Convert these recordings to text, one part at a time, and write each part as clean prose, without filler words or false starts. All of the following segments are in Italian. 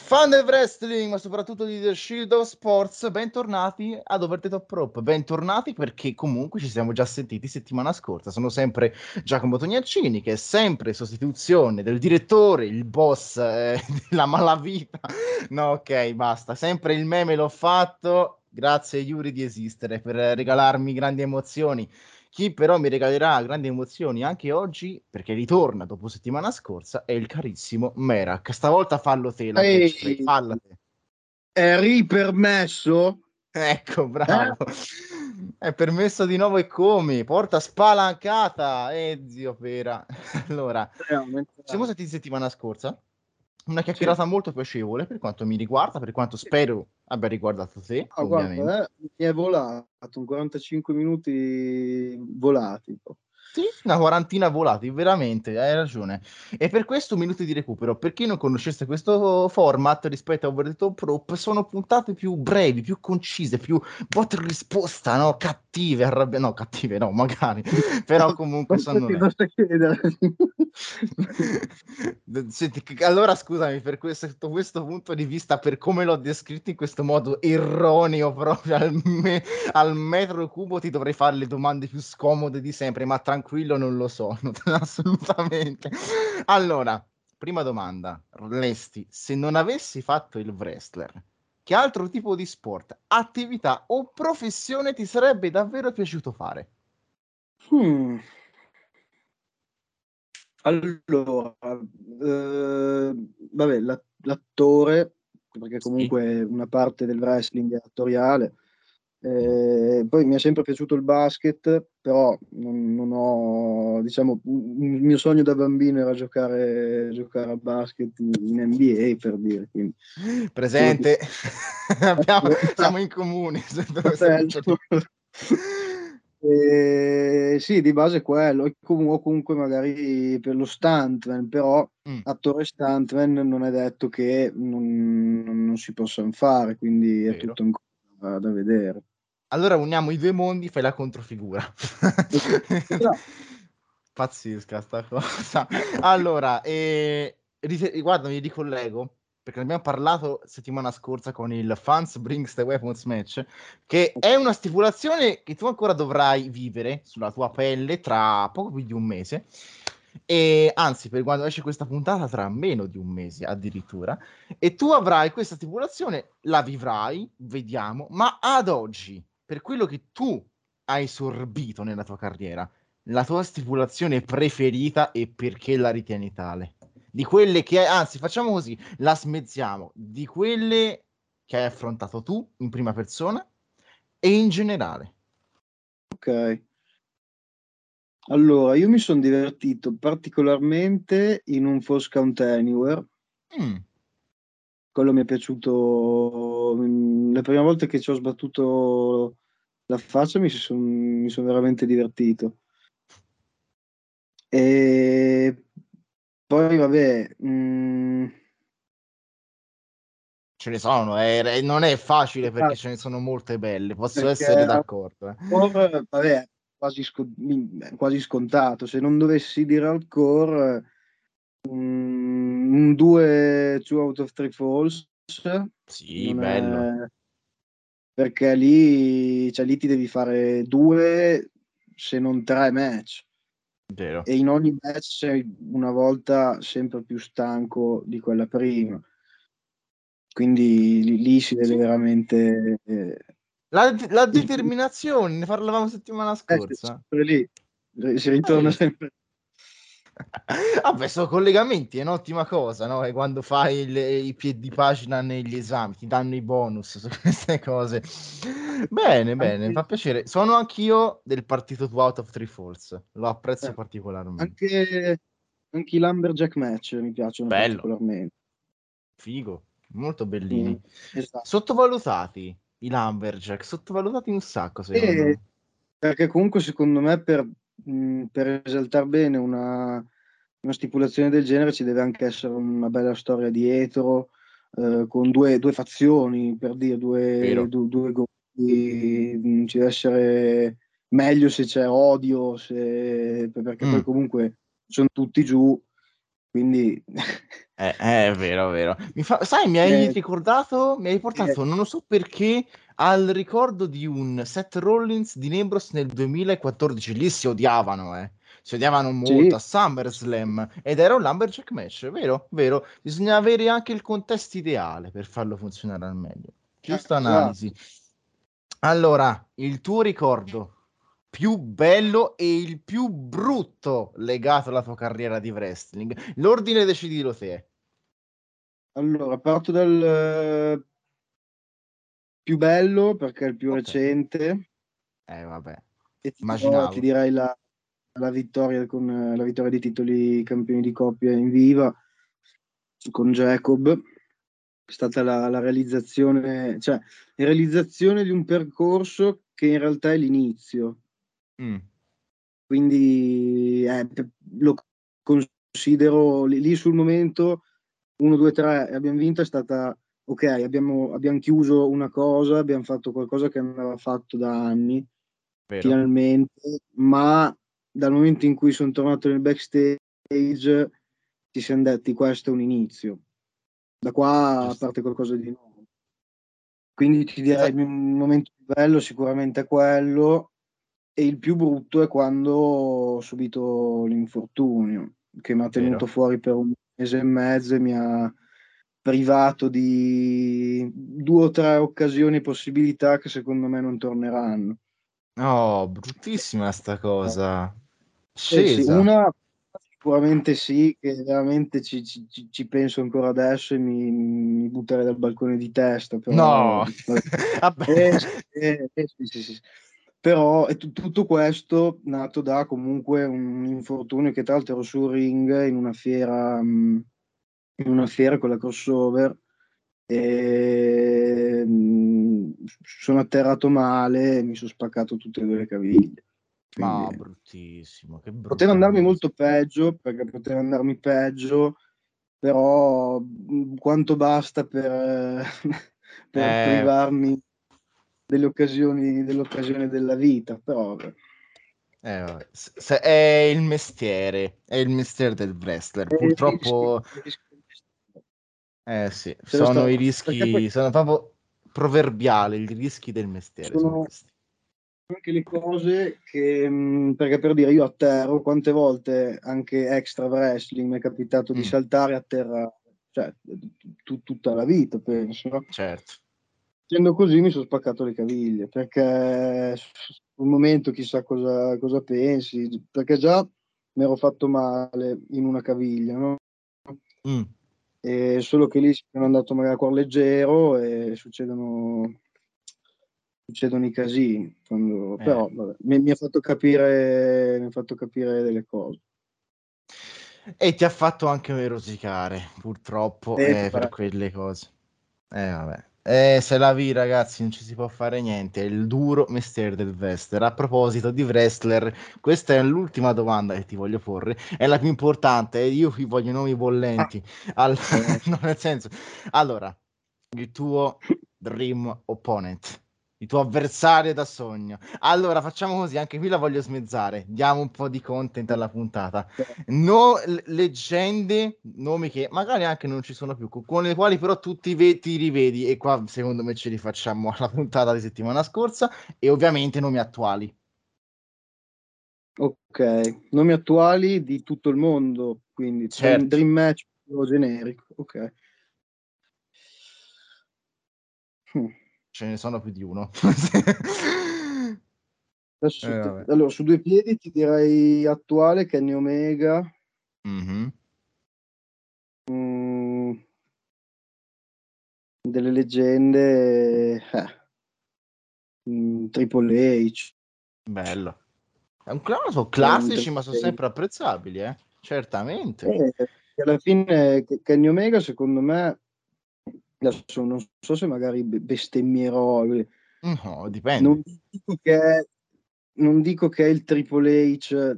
Fan del wrestling, ma soprattutto di The Shield of Sports, bentornati ad Over the Top Rope. Bentornati perché comunque ci siamo già sentiti settimana scorsa. Sono sempre Giacomo Tognaccini, che è sempre sostituzione del direttore, il boss della malavita. No, ok, basta. Sempre il meme l'ho fatto. Grazie Yuri di esistere per regalarmi grandi emozioni. Chi però mi regalerà grandi emozioni anche oggi, perché ritorna dopo settimana scorsa, è il carissimo Merak. Stavolta fallo te la catchphrase, Ehi, falla te. è ripermesso? Ecco, Eh? bravo. È permesso di nuovo e come? Porta spalancata, zio Pera. Allora, siamo Entrare. stati settimana scorsa. Una Sì. chiacchierata molto piacevole per quanto mi riguarda, per quanto spero abbia riguardato te, Ah, ovviamente. guarda, mi è volato un 45 minuti volati. Sì, una quarantina volati, veramente, hai ragione. E per questo minuti di recupero. Per chi non conoscesse questo format rispetto a Over the Top Rope, sono puntate più brevi, più concise, più botte e risposta, no? Cattive, arrabbiate, no, cattive no, magari, però comunque sono... Basta chiedere. Senti, allora scusami, per questo, sotto questo punto di vista, per come l'ho descritto in questo modo erroneo proprio al metro cubo, ti dovrei fare le domande più scomode di sempre, ma tranquillo, non lo so, assolutamente. Allora, prima domanda, Lesti, se non avessi fatto il wrestler, che altro tipo di sport, attività o professione ti sarebbe davvero piaciuto fare? Hmm. Allora, vabbè, l'attore, perché Sì. comunque una parte del wrestling è attoriale. Poi mi è sempre piaciuto il basket, però non ho, diciamo, il mio sogno da bambino era giocare a basket in NBA, per dire. Quindi, solo che Presente. Siamo in comune. fratello. Sì, di base è quello, e comunque magari per lo stuntman, però Mm, attore stuntman non è detto che non si possano fare, quindi è vero. tutto ancora da vedere. Allora uniamo i due mondi, fai la controfigura. Però, Pazzesca sta cosa. Allora, guarda, mi ricollego, perché ne abbiamo parlato settimana scorsa con il Fans Brings the Weapons match, che è una stipulazione che tu ancora dovrai vivere sulla tua pelle tra poco più di un mese. E anzi, per quando esce questa puntata, tra meno di un mese addirittura. E tu avrai questa stipulazione, la vivrai, vediamo, ma ad oggi, per quello che tu hai sorbito nella tua carriera, la tua stipulazione preferita e perché la ritieni tale? Di quelle che, anzi, facciamo così, la smezziamo, di quelle che hai affrontato tu in prima persona e in generale. ok. Allora, io mi sono divertito particolarmente in un False Count Anywhere. Mm, Quello mi è piaciuto. Le prime volte che ci ho sbattuto la faccia mi son veramente divertito. E poi, vabbè, ce ne sono, non è facile perché ce ne sono molte belle, posso perché essere d'accordo. hardcore, vabbè, quasi scontato. Se non dovessi dire hardcore, un 2 2 out of 3 falls, Sì, non bello, è, perché lì, cioè, lì ti devi fare due, se non tre match. vero. E in ogni match sei una volta sempre più stanco di quella prima. Quindi lì si vede Sì. veramente. La determinazione, ne parlavamo settimana scorsa. Sempre lì, si ritorna Eh, sempre. Vabbè, sono collegamenti, è un'ottima cosa, no? E quando fai i piedi pagina negli esami, ti danno i bonus su queste cose. Bene, bene, mi Anche, fa piacere. Sono anch'io del partito 2 out of 3 falls, lo apprezzo eh, particolarmente. anche i Lumberjack match mi piacciono Bello, particolarmente. figo, molto Mm, bellini. esatto. Sottovalutati i Lumberjack, sottovalutati un sacco, secondo E me. perché comunque secondo me per esaltare bene una stipulazione del genere ci deve anche essere una bella storia dietro, con due fazioni, per dire, Vero? due gruppi. Ci deve essere meglio se c'è odio, perché poi Mm, comunque sono tutti giù, quindi È vero, è vero. Sai, mi hai eh, ricordato, mi hai eh, portato, non lo so perché, al ricordo di un Seth Rollins di Nembros nel 2014. Lì si odiavano, eh. Si odiavano molto sì, a SummerSlam ed era un Lumberjack match, vero? Vero. Bisogna avere anche il contesto ideale per farlo funzionare al meglio. Giusta analisi. esatto. Allora, il tuo ricordo più bello e il più brutto legato alla tua carriera di wrestling. L'ordine decidilo te. Allora, parto dal più bello perché è il più Ok. recente Vabbè, e ti immaginavo. direi la vittoria con la vittoria dei titoli campioni di coppia in Viva con Jacob. È stata la realizzazione, cioè la realizzazione di un percorso che in realtà è l'inizio. Mm, Quindi lo considero lì sul momento 1, 2, 3 e abbiamo vinto, è stata ok, abbiamo chiuso una cosa, abbiamo fatto qualcosa che andava fatto da anni, vero? finalmente, ma dal momento in cui sono tornato nel backstage ci siamo detti questo è un inizio, da qua Giusto. parte qualcosa di nuovo. Quindi ti direi Sa- il momento più bello sicuramente è quello e il più brutto è quando ho subito l'infortunio che mi ha tenuto vero? fuori per un mese e mezzo e mi ha privato di 2 o 3 occasioni e possibilità che secondo me non torneranno. Oh, bruttissima sta cosa. Sì, Scesa. una sicuramente sì, che veramente ci penso ancora adesso e mi butterei dal balcone di testa, però No. vabbè. Vabbè. Sì, sì, sì, sì. Però è tutto questo nato da comunque un infortunio che tra l'altro ero sul ring in una fiera con la crossover e sono atterrato male e mi sono spaccato tutte e due le caviglie. Quindi Ma bruttissimo, che poteva brutta andarmi cosa. molto peggio, perché poteva andarmi peggio, però quanto basta per Eh, privarmi dell'occasione della vita, però vabbè. vabbè. È il mestiere del wrestler. E Purtroppo, rischio. sì, Ce ne sono sta, i perché poi rischi, sono proprio proverbiali, i rischi del mestiere sono sono questi. anche le cose che, perché per dire, io atterro, quante volte anche extra wrestling mi è capitato di Mm, saltare a terra, cioè tutta la vita, penso, no? certo. Facendo così mi sono spaccato le caviglie, perché sul momento chissà cosa pensi, perché già mi ero fatto male in una caviglia, no? Mm, E solo che lì sono andato magari a cuor leggero e succedono i casini, eh. però vabbè, mi ha fatto capire delle cose. E ti ha fatto anche rosicare, purtroppo, per Parecchio. quelle cose. Vabbè. Se la vi, ragazzi, non ci si può fare niente. È il duro mestiere del wrestler. A proposito di wrestler, questa è l'ultima domanda che ti voglio porre. È la più importante. E io qui voglio nomi Ah, bollenti. eh, No, nel senso, allora, il tuo dream opponent, il tuo avversario da sogno. Allora, facciamo così. Anche qui la voglio smezzare. Diamo un po' di content alla puntata. No, leggende, nomi che magari anche non ci sono più, con le quali però tu ti rivedi, e qua secondo me ce li facciamo alla puntata di settimana scorsa, e ovviamente nomi attuali. ok, nomi attuali di tutto il mondo, quindi Certo, Dream Match o generico, ok. Hmm. ce ne sono più di uno. Vabbè. Allora, su due piedi ti direi attuale Kenny Omega, Mhm. mm, delle leggende, Triple H, Bello. È un clown, sono un classici, ma sono Triple H. sempre apprezzabili, eh? Certamente. E alla fine Kenny Omega, secondo me, adesso non so se magari bestemmierò, No, dipende. non dico che è, non dico che è il Triple H,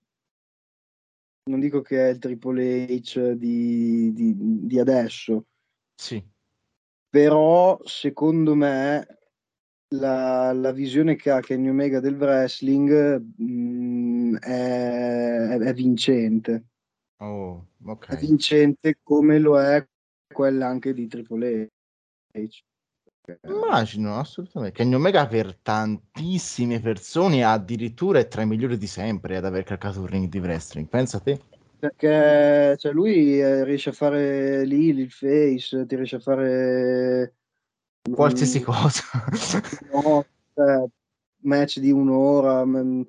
non dico che è il Triple H di adesso, Sì. però secondo me la visione che ha Kenny Omega del wrestling è vincente. Oh, è ok. vincente come lo è quella anche di Triple H. Immagino, assolutamente. Kenny Omega per tantissime persone addirittura è tra i migliori di sempre ad aver calcato un ring di wrestling. Pensa a te. Perché cioè, lui riesce a fare l'heel, il face, ti riesce a fare Qualsiasi mm, cosa. no, match di un'ora,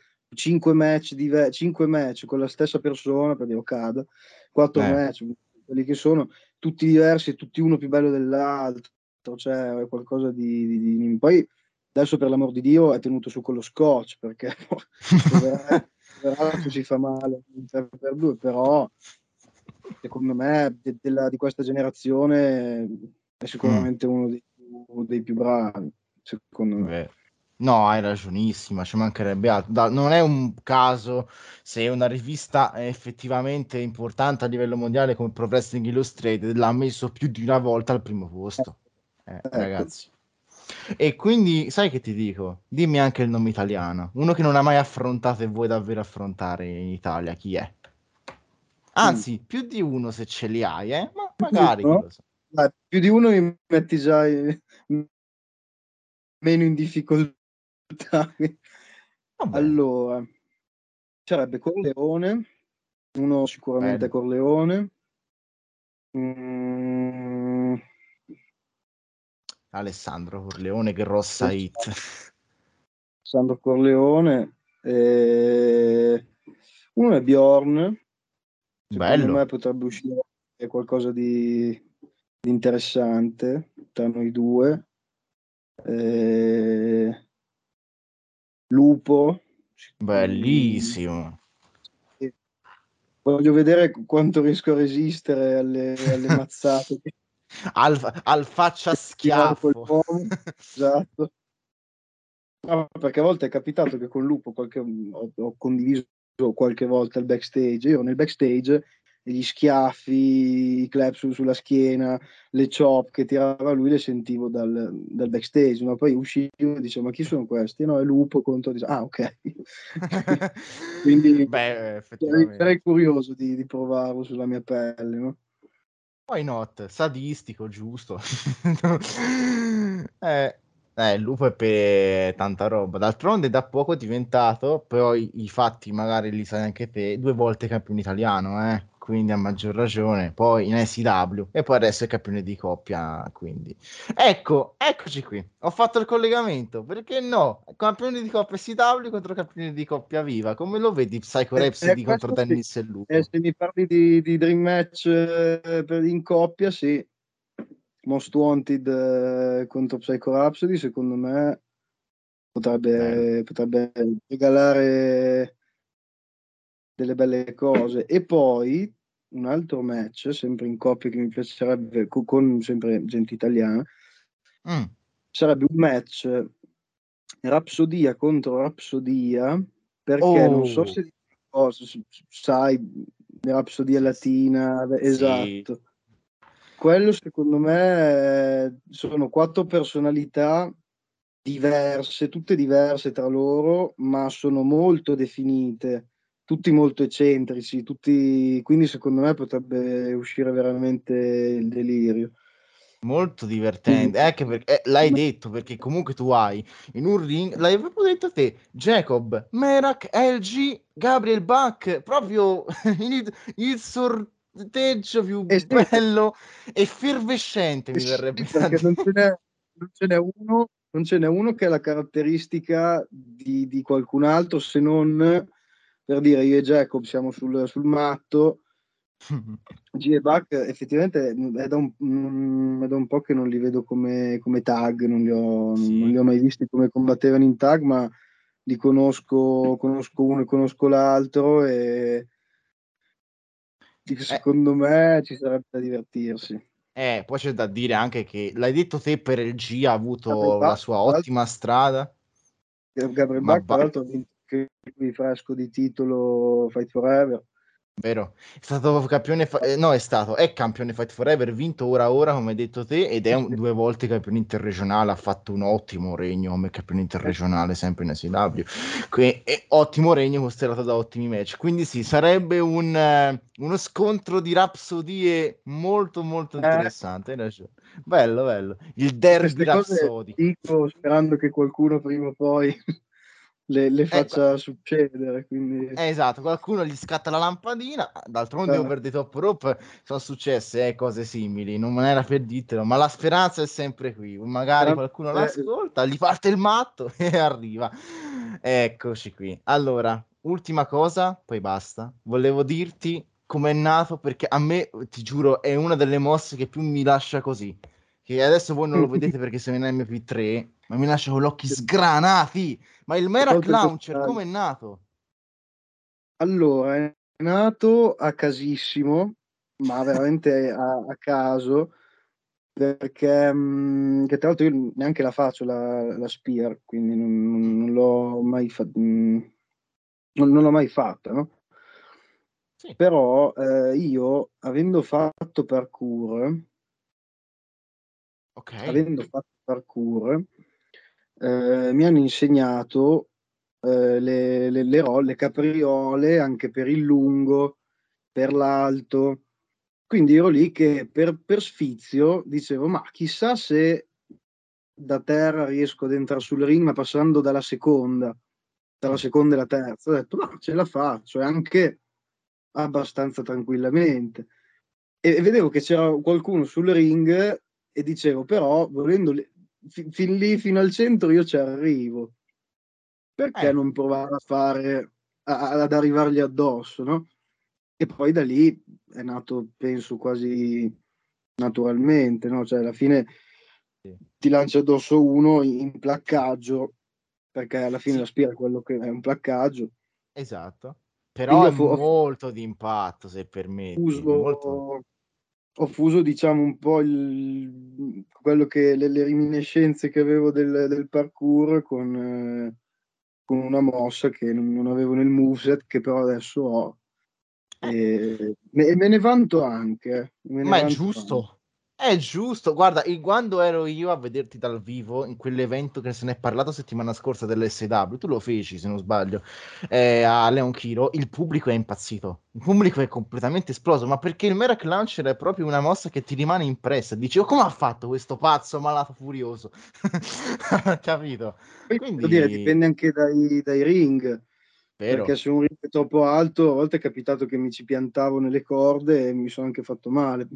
5 match con la stessa persona, per dire Okada, 4 match, quelli che sono tutti diversi, tutti uno più bello dell'altro, cioè è qualcosa Poi adesso per l'amor di Dio è tenuto su con lo scotch, perché poveraccio si fa male in 3x2, però secondo me di questa generazione è Mm, sicuramente uno dei più bravi, secondo me. beh. No, hai ragionissima, ci mancherebbe altro. Non è un caso se una rivista è effettivamente importante a livello mondiale come Pro Wrestling Illustrated l'ha messo più di una volta al primo posto. Ecco. Ragazzi. E quindi, sai che ti dico? Dimmi anche il nome italiano. Uno che non ha mai affrontato e vuoi davvero affrontare in Italia, chi è? Mm. Anzi, più di uno se ce li hai, Ma Più di magari, chi uno? lo sa. Dai, più di uno mi metti già meno in difficoltà. Va bene, Allora, sarebbe Corleone, uno sicuramente bello. Corleone. Mm, Alessandro Corleone, che rossa hit. Sandro Corleone. Uno è Bjorn, secondo me Bello. potrebbe uscire qualcosa di interessante tra noi due. Eh, Lupo. Mm, Bellissimo. sì. Voglio vedere quanto riesco a resistere alle mazzate che Al faccia tirare schiaffo. quell'uomo. Esatto. No, perché a volte è capitato che con Lupo ho condiviso qualche volta il backstage. Io nel backstage gli schiaffi, i clap sulla schiena, le chop che tirava lui le sentivo dal backstage, ma poi uscivo e dicevo: ma chi sono questi? No, è Lupo contro. Ah, ok. Quindi Beh, sarei effettivamente. curioso di provarlo sulla mia pelle, no? Why not? Sadistico, giusto. eh, il lupo è per tanta roba. D'altronde da poco è diventato, poi i fatti magari li sai anche te, 2 volte campione italiano, quindi a maggior ragione. Poi in SW e poi adesso è campione di coppia, quindi. Ecco, eccoci qui. Ho fatto il collegamento, perché no? Campione di coppia SW contro campione di coppia viva. Come lo vedi Psycho Rhapsody contro Questo sì. Dennis e Lupo? Se mi parli di Dream Match in coppia, sì. Most Wanted contro Psycho Rhapsody, secondo me Bello. potrebbe regalare delle belle cose. E poi un altro match, sempre in coppia, che mi piacerebbe, con sempre gente italiana, Mm. sarebbe un match Rapsodia contro Rapsodia, perché non so Oh, se sai, Rapsodia Latina, sì, esatto. Quello secondo me sono 4 personalità diverse, tutte diverse tra loro, ma sono molto definite, tutti molto eccentrici, quindi secondo me potrebbe uscire veramente il delirio. molto Quindi, divertente. Anche perché l'hai detto, perché comunque tu hai in un ring, l'hai proprio detto te, Jacob, Merak, LG, Gabriel Bach, proprio il sorteggio più sì, bello, effervescente, mi sì, verrebbe da perché dire. non ce n'è uno che ha la caratteristica di qualcun altro, se non per dire io e Jacob siamo sul matto. G e Buck effettivamente è da un po' che non li vedo come tag, non li Sì. ho mai visti come combattevano in tag, ma li conosco uno e conosco l'altro e Eh, secondo me ci sarebbe da divertirsi. poi c'è da dire anche che l'hai detto te, per il G ha Gabriel avuto la Buck, sua tra l'altro, ottima strada, Gabriel ma Buck, tra l'altro, ha vinto anche lui fresco di titolo Fight Forever. Vero? È stato campione, no, è campione Fight Forever, vinto ora, come hai detto te, ed è due volte campione interregionale, ha fatto un ottimo regno come campione interregionale, sempre in SW. Ottimo regno costellato da ottimi match. Quindi sì, sarebbe uno scontro di rapsodie molto molto interessante. Hai ragione. Bello, bello. Il derby Queste cose rapsodico. dico sperando che qualcuno prima o poi le Eh, faccia succedere. Quindi, esatto, qualcuno gli scatta la lampadina. D'altronde, over the top rope sono successe cose simili. Non era per dirtelo, ma la speranza è sempre qui. Magari qualcuno l'ascolta, gli parte il matto e arriva. Eccoci qui. Allora, ultima cosa, poi basta. Volevo dirti com'è nato, perché a me, ti giuro, è una delle mosse che più mi lascia così. Che adesso voi non lo vedete perché siamo in MP3, ma mi lascia con gli occhi sgranati. Ma il Merak tolto il Launcher, personaggio. come è nato? Allora, è nato a casissimo, ma veramente a caso, perché che tra l'altro io neanche la faccio la Spear, quindi non l'ho mai, non l'ho mai fatta, no? Sì, Però io, ok. avendo fatto parkour, mi hanno insegnato le capriole anche per il lungo, per l'alto. Quindi ero lì che per sfizio dicevo, ma chissà se da terra riesco ad entrare sul ring, ma passando tra la Mm. seconda e la terza. Ho detto, ma ce la faccio, e anche abbastanza tranquillamente. E vedevo che c'era qualcuno sul ring e dicevo, però, volendo fin lì, fino al centro, io ci arrivo. Perché Eh, non provare a fare, ad arrivargli addosso, no? E poi da lì è nato, penso, quasi naturalmente, no? Cioè, alla fine sì. ti lancia addosso uno in placcaggio, perché alla fine la Sì, spia è quello che è un placcaggio. esatto. Però Quindi è molto di impatto, se permetti. fuso, Molto. ho fuso, diciamo, un po' quello che le reminiscenze che avevo del parkour con una mossa che non avevo nel moveset, che però adesso ho. Eh, E me ne vanto anche, me ne Ma è vanto anche. giusto. È giusto. Guarda, quando ero io a vederti dal vivo, in quell'evento che se ne è parlato settimana scorsa dell'SW, tu lo feci, se non sbaglio, a Leon Chiro, il pubblico è impazzito. Il pubblico è completamente esploso, ma perché il Merak Launcher è proprio una mossa che ti rimane impressa. Dici, oh, come ha fatto questo pazzo malato furioso? Capito? Poi, per dire, Quindi, dipende anche dai ring, perché vero. se un ring è troppo alto, a volte è capitato che mi ci piantavo nelle corde e mi sono anche fatto male.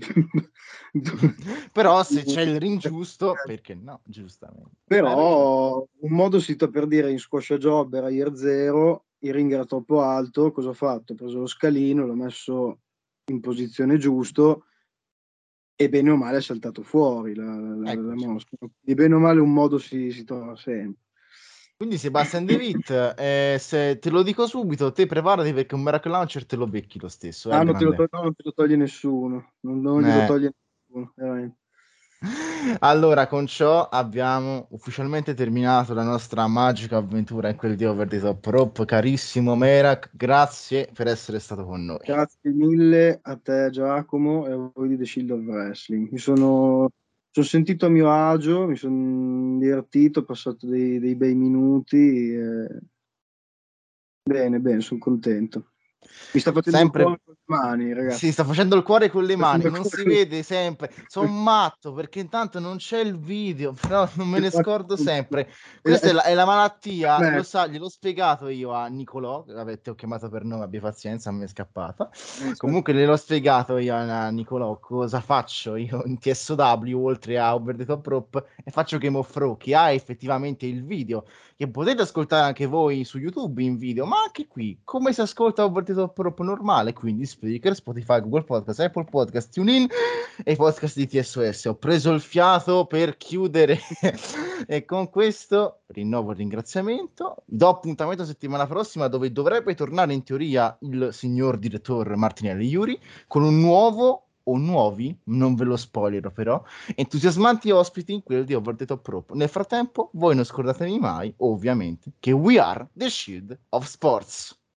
Però se c'è il ring giusto, perché no? Giustamente. Hai ragione. Però un modo si sta per dire in squash a job era year zero, il ring era troppo alto, cosa ho fatto? Ho preso lo scalino, l'ho messo in posizione giusto e bene o male è saltato fuori la Eccoci. mossa. Di bene o male un modo si trova sempre. Quindi Sebastian De Witt, se te lo dico subito, te preparati perché un Miracle Launcher te lo becchi lo stesso, Ah, grande. no, non te lo toglie nessuno, non glielo Eh. toglie nessuno, veramente. Allora, con ciò abbiamo ufficialmente terminato la nostra magica avventura in quel di Over the Top Rope. Carissimo Merak, grazie per essere stato con noi. Grazie mille a te Giacomo e a voi di The Shield of Wrestling. Sono sentito a mio agio, mi sono divertito, ho passato dei bei minuti. Bene, bene, sono contento. Mi sta facendo il Sempre cuore con le mani, si ragazzi. sta facendo il cuore con Mi le sta facendo mani, il non cuore si con vede sempre. Sono matto perché intanto non c'è il video, però non me le ne scordo sempre. mani. Questa è la malattia, lo Me. sa, gliel'ho spiegato io a Nicolò, che vabbè, ti ho chiamato per nome, abbi pazienza, a me è scappata. Certo. Comunque gliel'ho spiegato io a Nicolò cosa faccio io in TSW oltre a Over the Top Rope e faccio Game of Thrones, che ha effettivamente il video che potete ascoltare anche voi su YouTube in video, ma anche qui, come si ascolta un partito proprio normale, quindi Spreaker, Spotify, Google Podcast, Apple Podcast, TuneIn e i podcast di TSOS. Ho preso il fiato per chiudere e con questo rinnovo il ringraziamento. Do appuntamento settimana prossima dove dovrebbe tornare in teoria il signor direttore Martinelli Iuri con un nuovo o nuovi, non ve lo spoilerò però, entusiasmanti ospiti in quello di Over the Top Rope. Nel frattempo, voi non scordatevi mai, ovviamente, che we are the shield of sports.